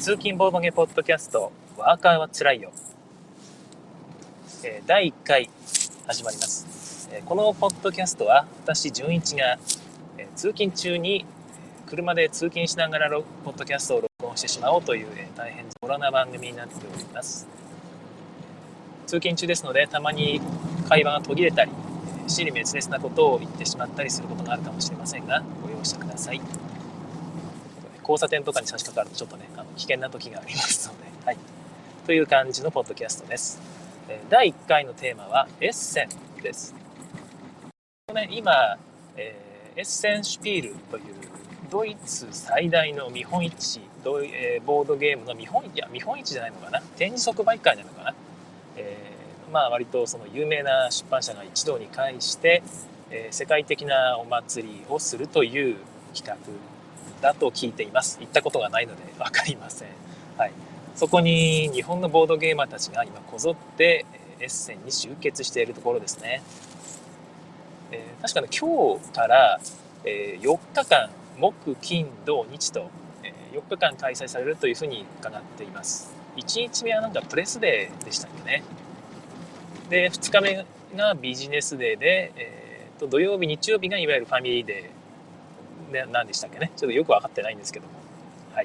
通勤ボードゲポッドキャストワーカーはつらいよ、第1回始まります。このポッドキャストは私純一が通勤中に車で通勤しながらポッドキャストを録音してしまおうという大変コロナ番組になっております。通勤中ですのでたまに会話が途切れたり支離滅裂なことを言ってしまったりすることがあるかもしれませんがご容赦ください。交差点とかに差し掛かるとちょっとね危険な時がありますので、はい、という感じのポッドキャストです。第1回のテーマはエッセンです。今、エッセンシュピールというドイツ最大の見本市、ボードゲームの見本市じゃないのかな、展示即売会なのかな、割とその有名な出版社が一堂に会して、世界的なお祭りをするという企画だと聞いています。行ったことがないので分かりません。はい、そこに日本のボードゲーマーたちが今こぞってエッセンに集結しているところですね。確かに今日から4日間木金土日と4日間開催されるというふうに伺っています。1日目はなんかプレスデーでしたっけね。で2日目がビジネスデーで、土曜日日曜日がいわゆるファミリーデー何でしたっけね、ちょっとよく分かってないんですけども、はい、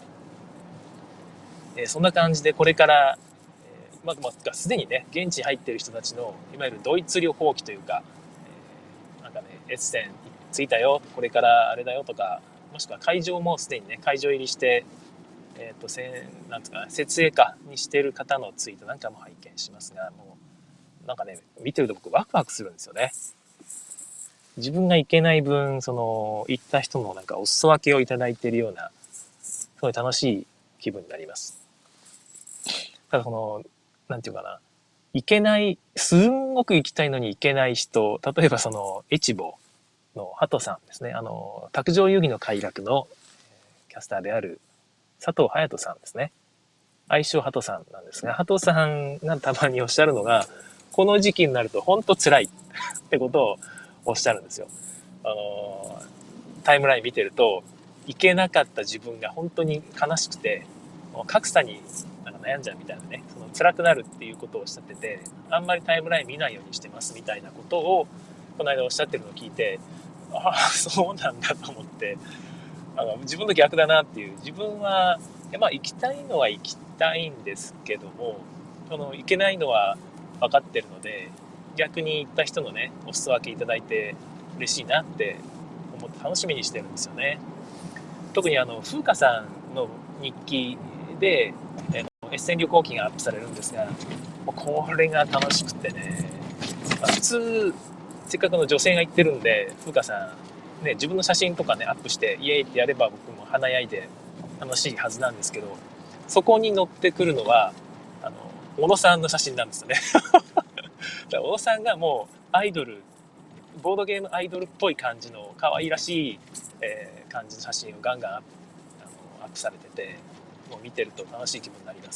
そんな感じでこれから、すでにね現地に入っている人たちのいわゆるドイツ旅放記というか、エッセン着いたよこれからあれだよとか、もしくは会場もすでにね会場入りして、なんつうかな設営化にしている方のツイートなんかも拝見しますが、もうなんかね見てると僕ワクワクするんですよね。自分が行けない分その行った人のなんかお裾分けをいただいているようなすごい楽しい気分になります。ただなんていうかな、行けないすんごく行きたいのに行けない人、例えばそのエチボのハトさんですね、卓上遊戯の快楽のキャスターである佐藤隼人さんですね。愛称ハトさんなんですが、ハトさんがたまにおっしゃるのが、この時期になると本当辛いってことをおっしゃるんですよ。タイムライン見てると行けなかった自分が本当に悲しくて、格差に悩んじゃうみたいなね、その辛くなるっていうことをおっしゃってて、あんまりタイムライン見ないようにしてますみたいなことをこの間おっしゃってるのを聞いて、ああそうなんだと思って、自分の逆だなっていう。自分は行きたいのは行きたいんですけども、行けないのは分かってるので、逆に行った人のねお裾分けいただいて嬉しいなって思って楽しみにしてるんですよね。特に風花さんの日記でエッセン旅行記がアップされるんですが、これが楽しくてね、普通せっかくの女性が行ってるんで風花さんね、自分の写真とかねアップしてイエーイってやれば僕も華やいで楽しいはずなんですけど、そこに載ってくるのは小野さんの写真なんですよね。小野さんがもうアイドル、ボードゲームアイドルっぽい感じの可愛らしい、感じの写真をガンガンアップされてて、もう見てると楽しい気分になります。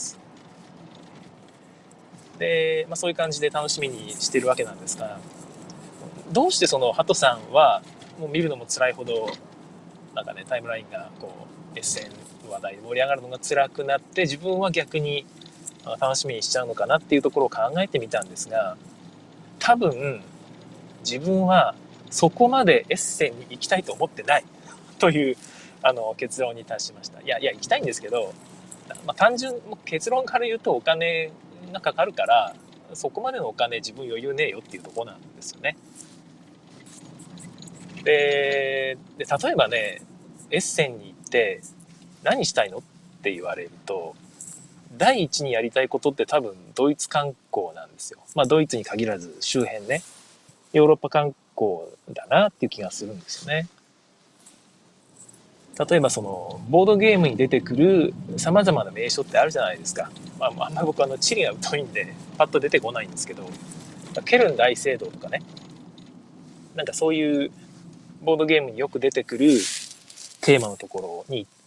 で、そういう感じで楽しみにしてるわけなんですが、どうしてそのハトさんはもう見るのも辛いほどなんかねタイムラインがこうエッセンの話題で盛り上がるのが辛くなって、自分は逆に楽しみにしちゃうのかなっていうところを考えてみたんですが、多分自分はそこまでエッセンに行きたいと思ってないという結論に達しました。いや行きたいんですけど、単純結論から言うとお金がかかるから、そこまでのお金自分余裕ねえよっていうところなんですよね。で例えばねエッセンに行って何したいのって言われると、第一にやりたいことって多分ドイツ観光なんですよ。ドイツに限らず周辺ね、ヨーロッパ観光だなっていう気がするんですよね。例えばそのボードゲームに出てくるさまざまな名所ってあるじゃないですか。あんまり僕地理が疎いんでパッと出てこないんですけど、ケルン大聖堂とかね、なんかそういうボードゲームによく出てくるテーマのところに行って、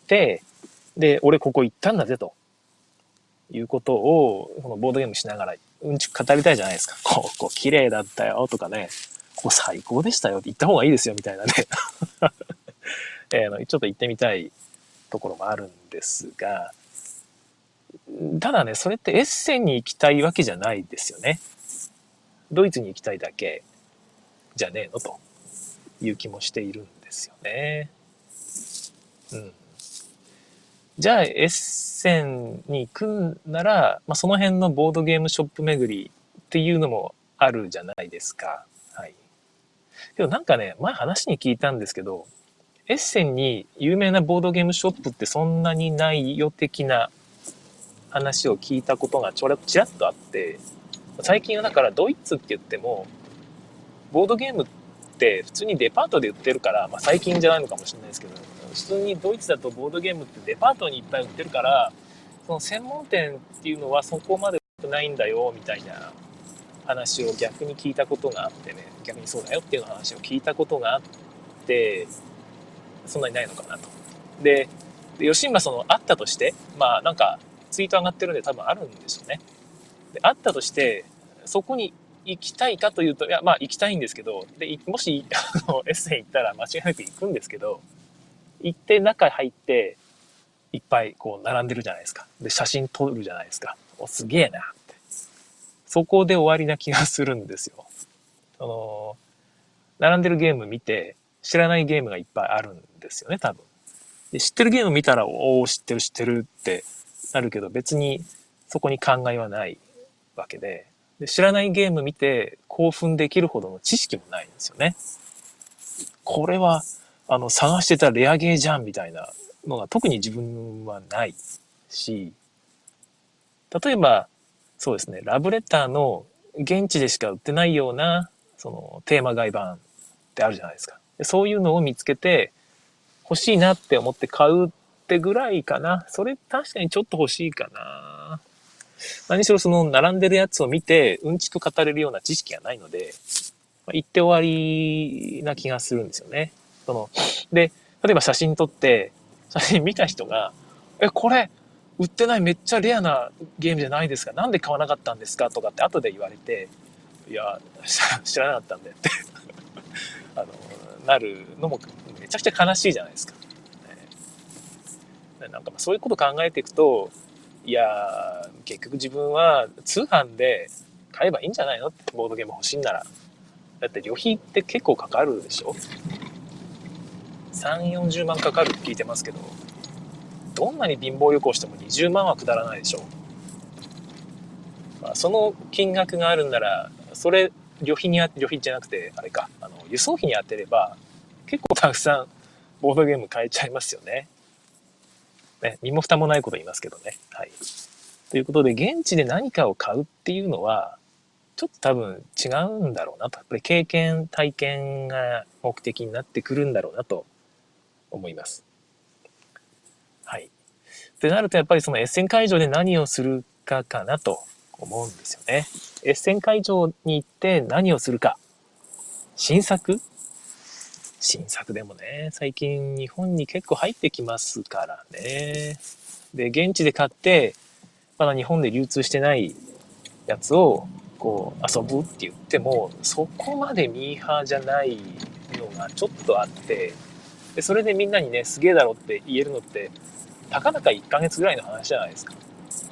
で俺ここ行ったんだぜということをこのボードゲームしながらうんちく語りたいじゃないですか。ここ綺麗だったよとかね、ここ最高でしたよって言った方がいいですよみたいなねちょっと行ってみたいところもあるんですが、 ただね、それってエッセンに行きたいわけじゃないですよね。ドイツに行きたいだけじゃねえのという気もしているんですよね。うん。じゃあ、エッセンに行くんなら、その辺のボードゲームショップ巡りっていうのもあるじゃないですか。はい。けどなんかね、前話に聞いたんですけど、エッセンに有名なボードゲームショップってそんなにないよ的な話を聞いたことがちらっとあって、最近はだからドイツって言っても、ボードゲームって普通にデパートで売ってるから、最近じゃないのかもしれないですけど、普通にドイツだとボードゲームってデパートにいっぱい売ってるから、その専門店っていうのはそこまでないんだよみたいな話を逆に聞いたことがあってね、逆にそうだよっていう話を聞いたことがあって、そんなにないのかなと。で、吉村そのあったとして、なんかツイート上がってるんで多分あるんでしょうね。で、あったとして、そこに行きたいかというと、いや、行きたいんですけど、で、もし、エッセン行ったら間違いなく行くんですけど、行って中入って、いっぱいこう並んでるじゃないですか。で、写真撮るじゃないですか。すげえなって。そこで終わりな気がするんですよ。その、並んでるゲーム見て、知らないゲームがいっぱいあるんですよね、多分。で、知ってるゲーム見たら、おお、知ってる知ってるってなるけど、別にそこに考えはないわけで、で知らないゲーム見て興奮できるほどの知識もないんですよね。これは、探してたレアゲーじゃんみたいなのが特に自分はないし、例えば、そうですね、ラブレターの現地でしか売ってないような、そのテーマ外版ってあるじゃないですか。そういうのを見つけて、欲しいなって思って買うってぐらいかな。それ確かにちょっと欲しいかな。何しろその並んでるやつを見て、うんちく語れるような知識がないので、言って終わりな気がするんですよね。で、例えば写真撮って、写真見た人が、これ、売ってないめっちゃレアなゲームじゃないですか。なんで買わなかったんですかとかって後で言われて、いや、知らなかったんだよってあの、なるのもめちゃくちゃ悲しいじゃないですか。なんかそういうこと考えていくと、いや結局自分は通販で買えばいいんじゃないのって、ボードゲーム欲しいんなら。だって旅費って結構かかるでしょ。3、40万かかるって聞いてますけど、どんなに貧乏旅行しても20万はくだらないでしょ。その金額があるんなら、それ旅費じゃなくて、あれか、輸送費に当てれば、結構たくさんボードゲーム買えちゃいますよね。ね、身も蓋もないこと言いますけどね。はい。ということで、現地で何かを買うっていうのは、ちょっと多分違うんだろうなと。やっぱり経験、体験が目的になってくるんだろうなと思います。はい。ってなると、やっぱりそのエッセン会場で何をするかかなと思うんですよね。エッセン会場に行って何をするか。新作でもね、最近日本に結構入ってきますからね。で、現地で買って、まだ日本で流通してないやつをこう遊ぶって言っても、そこまでミーハーじゃないのがちょっとあって、でそれでみんなにね、すげえだろって言えるのって、たかだか1ヶ月ぐらいの話じゃないですか。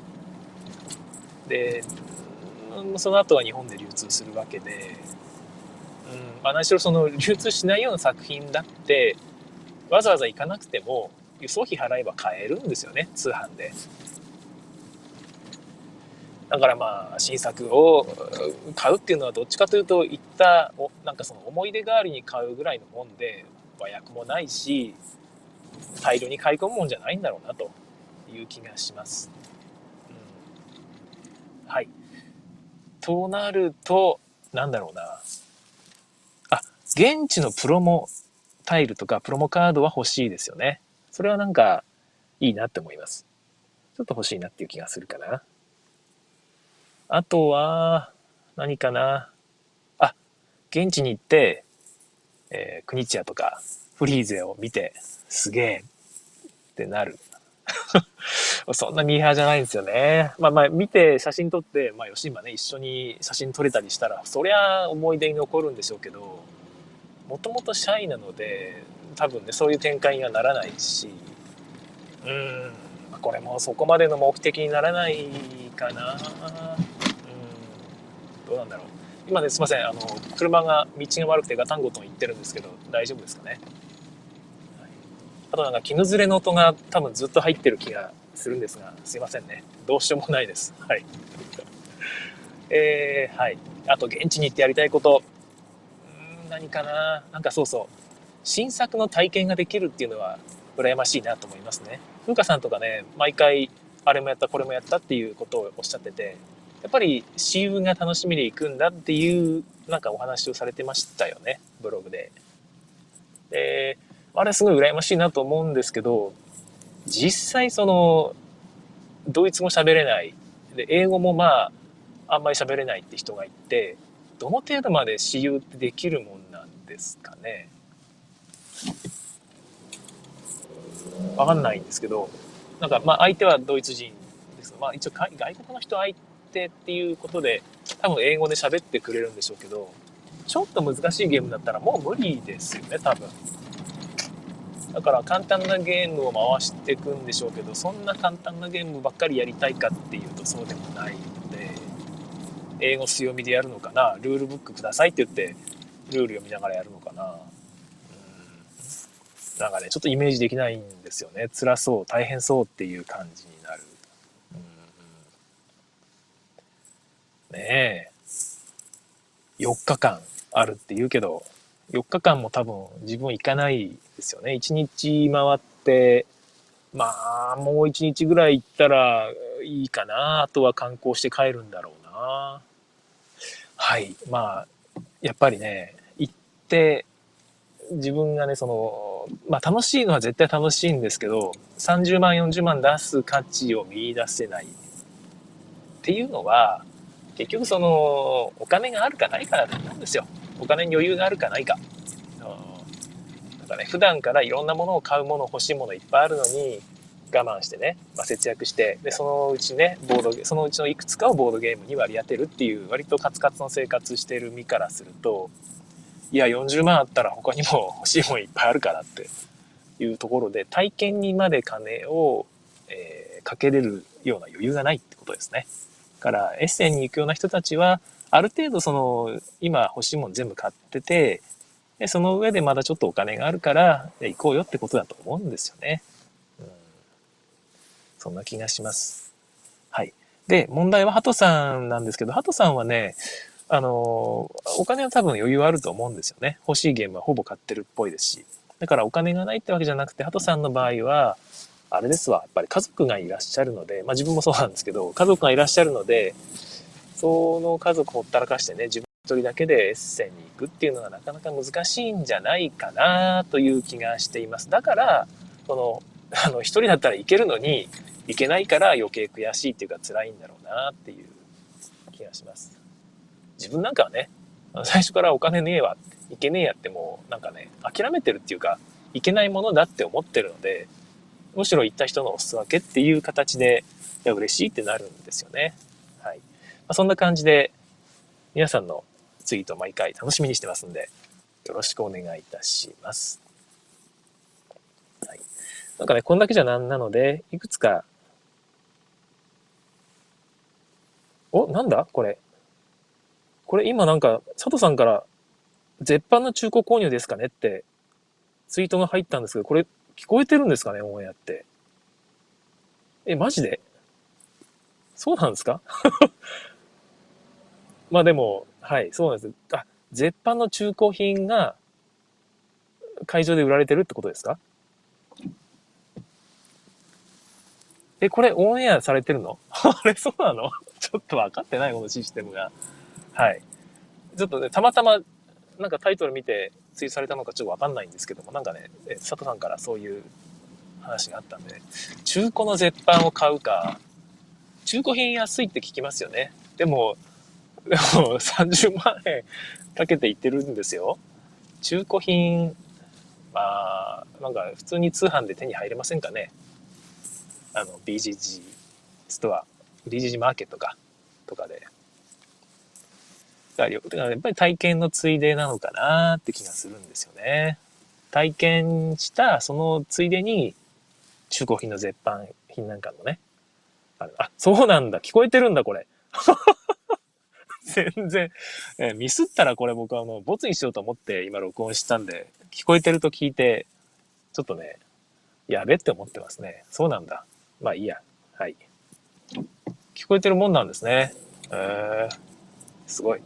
で、その後は日本で流通するわけで、何しろその流通しないような作品だって、わざわざ行かなくても、輸送費払えば買えるんですよね、通販で。だから新作を買うっていうのはどっちかというとなんかその思い出代わりに買うぐらいのもんで、和訳もないし大量に買い込むもんじゃないんだろうなという気がします。はい。となると、なんだろうな。現地のプロモタイルとかプロモカードは欲しいですよね。それはなんかいいなって思います。ちょっと欲しいなっていう気がするかな。あとは、何かな。現地に行って、クニチアとかフリーゼを見て、すげえってなる。そんなミーハーじゃないんですよね。見て写真撮って、吉村ね、一緒に写真撮れたりしたら、そりゃ思い出に残るんでしょうけど、もともとシャイなので、多分ね、そういう展開にはならないし、 これもそこまでの目的にならないかな。どうなんだろう。今ね、すいません、車が道が悪くてガタンゴトン行ってるんですけど、大丈夫ですかね。あとなんか絹ずれの音が多分ずっと入ってる気がするんですが、すいませんね。どうしようもないです。はい。はい。あと現地に行ってやりたいこと、何かな。なんかそうそう。新作の体験ができるっていうのは羨ましいなと思いますね。風花さんとかね、毎回あれもやったこれもやったっていうことをおっしゃってて、やっぱり私有が楽しみで行くんだっていうなんかお話をされてましたよね、ブログで。で、あれすごい羨ましいなと思うんですけど、実際そのドイツ語喋れないで英語もあんまり喋れないって人がいて、どの程度まで私有ってできるもんなんですかね。わかんないんですけど、なんか相手はドイツ人です。一応外国の人相手っていうことで、多分英語で喋ってくれるんでしょうけど、ちょっと難しいゲームだったらもう無理ですよね、多分。だから簡単なゲームを回していくんでしょうけど、そんな簡単なゲームばっかりやりたいかっていうとそうでもないので、英語強みでやるのかな、ルールブックくださいって言ってルール読みながらやるのかな。なんかね、ちょっとイメージできないんですよね。辛そう、大変そうっていう感じになる。ねえ、4日間あるって言うけど、4日間も多分自分行かないですよね。1日回って、もう1日ぐらい行ったらいいかな。あとは観光して帰るんだろうな。はい。やっぱりね、行って、自分がね、楽しいのは絶対楽しいんですけど、30万、40万出す価値を見出せないっていうのは、結局お金があるかないかだと思うんですよ。お金に余裕があるかないか。なんかね、普段からいろんなものを買うもの、欲しいものいっぱいあるのに、我慢してね、節約して、で、そのうちね、そのうちのいくつかをボードゲームに割り当てるっていう、割とカツカツの生活してる身からすると、いや、40万あったら他にも欲しいものいっぱいあるからっていうところで、体験にまで金を、かけれるような余裕がないってことですね。だからエッセンに行くような人たちは、ある程度今欲しいもの全部買ってて、でその上でまだちょっとお金があるから行こうよってことだと思うんですよね。うん、そんな気がします。はい。で、問題はハトさんなんですけど、ハトさんはね、お金は多分余裕あると思うんですよね。欲しいゲームはほぼ買ってるっぽいですし。だからお金がないってわけじゃなくて、ハトさんの場合は、あれですわ、やっぱり家族がいらっしゃるので、自分もそうなんですけど、家族がいらっしゃるので、その家族ほったらかしてね、自分一人だけでエッセンに行くっていうのがなかなか難しいんじゃないかなという気がしています。だから、一人だったらいけるのに、行けないから余計悔しいっていうか辛いんだろうなっていう気がします。自分なんかはね、最初からお金ねえわ、いけねえやってもうなんかね、諦めてるっていうか、いけないものだって思ってるので、むしろ行った人のお裾分けっていう形で、いや、嬉しいってなるんですよね。はい。そんな感じで、皆さんのツイート毎回楽しみにしてますんで、よろしくお願いいたします。はい。なんかね、こんだけじゃなんなので、いくつか、なんだこれ。これ今なんか、佐藤さんから、絶版の中古購入ですかねってツイートが入ったんですけど、これ聞こえてるんですかね、オンエアって。マジでそうなんですか？でも、はい、そうなんです。絶版の中古品が会場で売られてるってことですか？これオンエアされてるの？あれ、そうなの？ちょっと分かってない、このシステムが。はい。ちょっとね、たまたま、なんかタイトル見てツイートされたのかちょっと分かんないんですけども、なんかね、佐藤さんからそういう話があったんで、中古の絶版を買うか、中古品安いって聞きますよね。でも30万円かけていってるんですよ。中古品、なんか普通に通販で手に入れませんかね。BGG ストア、BGG マーケットとかで。だからやっぱり体験のついでなのかなって気がするんですよね。体験したそのついでに中古品の絶版品なんかのね。そうなんだ。聞こえてるんだ、これ。全然、ミスったらこれ僕はもうボツにしようと思って今録音したんで、聞こえてると聞いて、ちょっとね、やべって思ってますね。そうなんだ。まあいいや。はい。聞こえてるもんなんですね。すごい。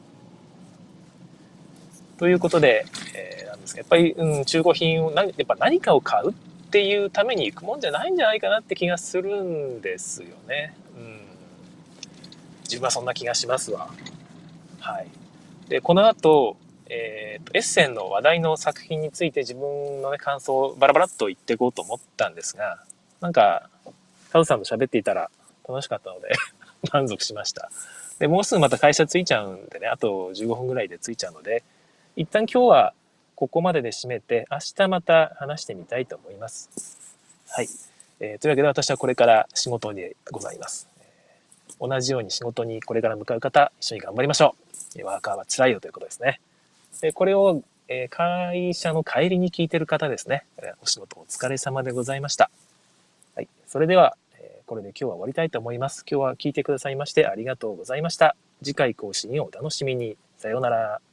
ということで、なんですかやっぱり、中古品をやっぱ何かを買うっていうために行くもんじゃないんじゃないかなって気がするんですよね。自分はそんな気がしますわ。はい。で、この後、エッセンの話題の作品について自分の、ね、感想をバラバラっと言っていこうと思ったんですが、なんか、タウさんと喋っていたら楽しかったので満足しました。で、もうすぐまた会社着いちゃうんでね、あと15分ぐらいで着いちゃうので、一旦今日はここまでで締めて、明日また話してみたいと思います。はい。というわけで私はこれから仕事でございます。同じように仕事にこれから向かう方、一緒に頑張りましょう。ワーカーは辛いよということですね。で、これを会社の帰りに聞いてる方ですね。お仕事お疲れ様でございました。はい。それでは、これで今日は終わりたいと思います。今日は聞いてくださいましてありがとうございました。次回更新をお楽しみに。さようなら。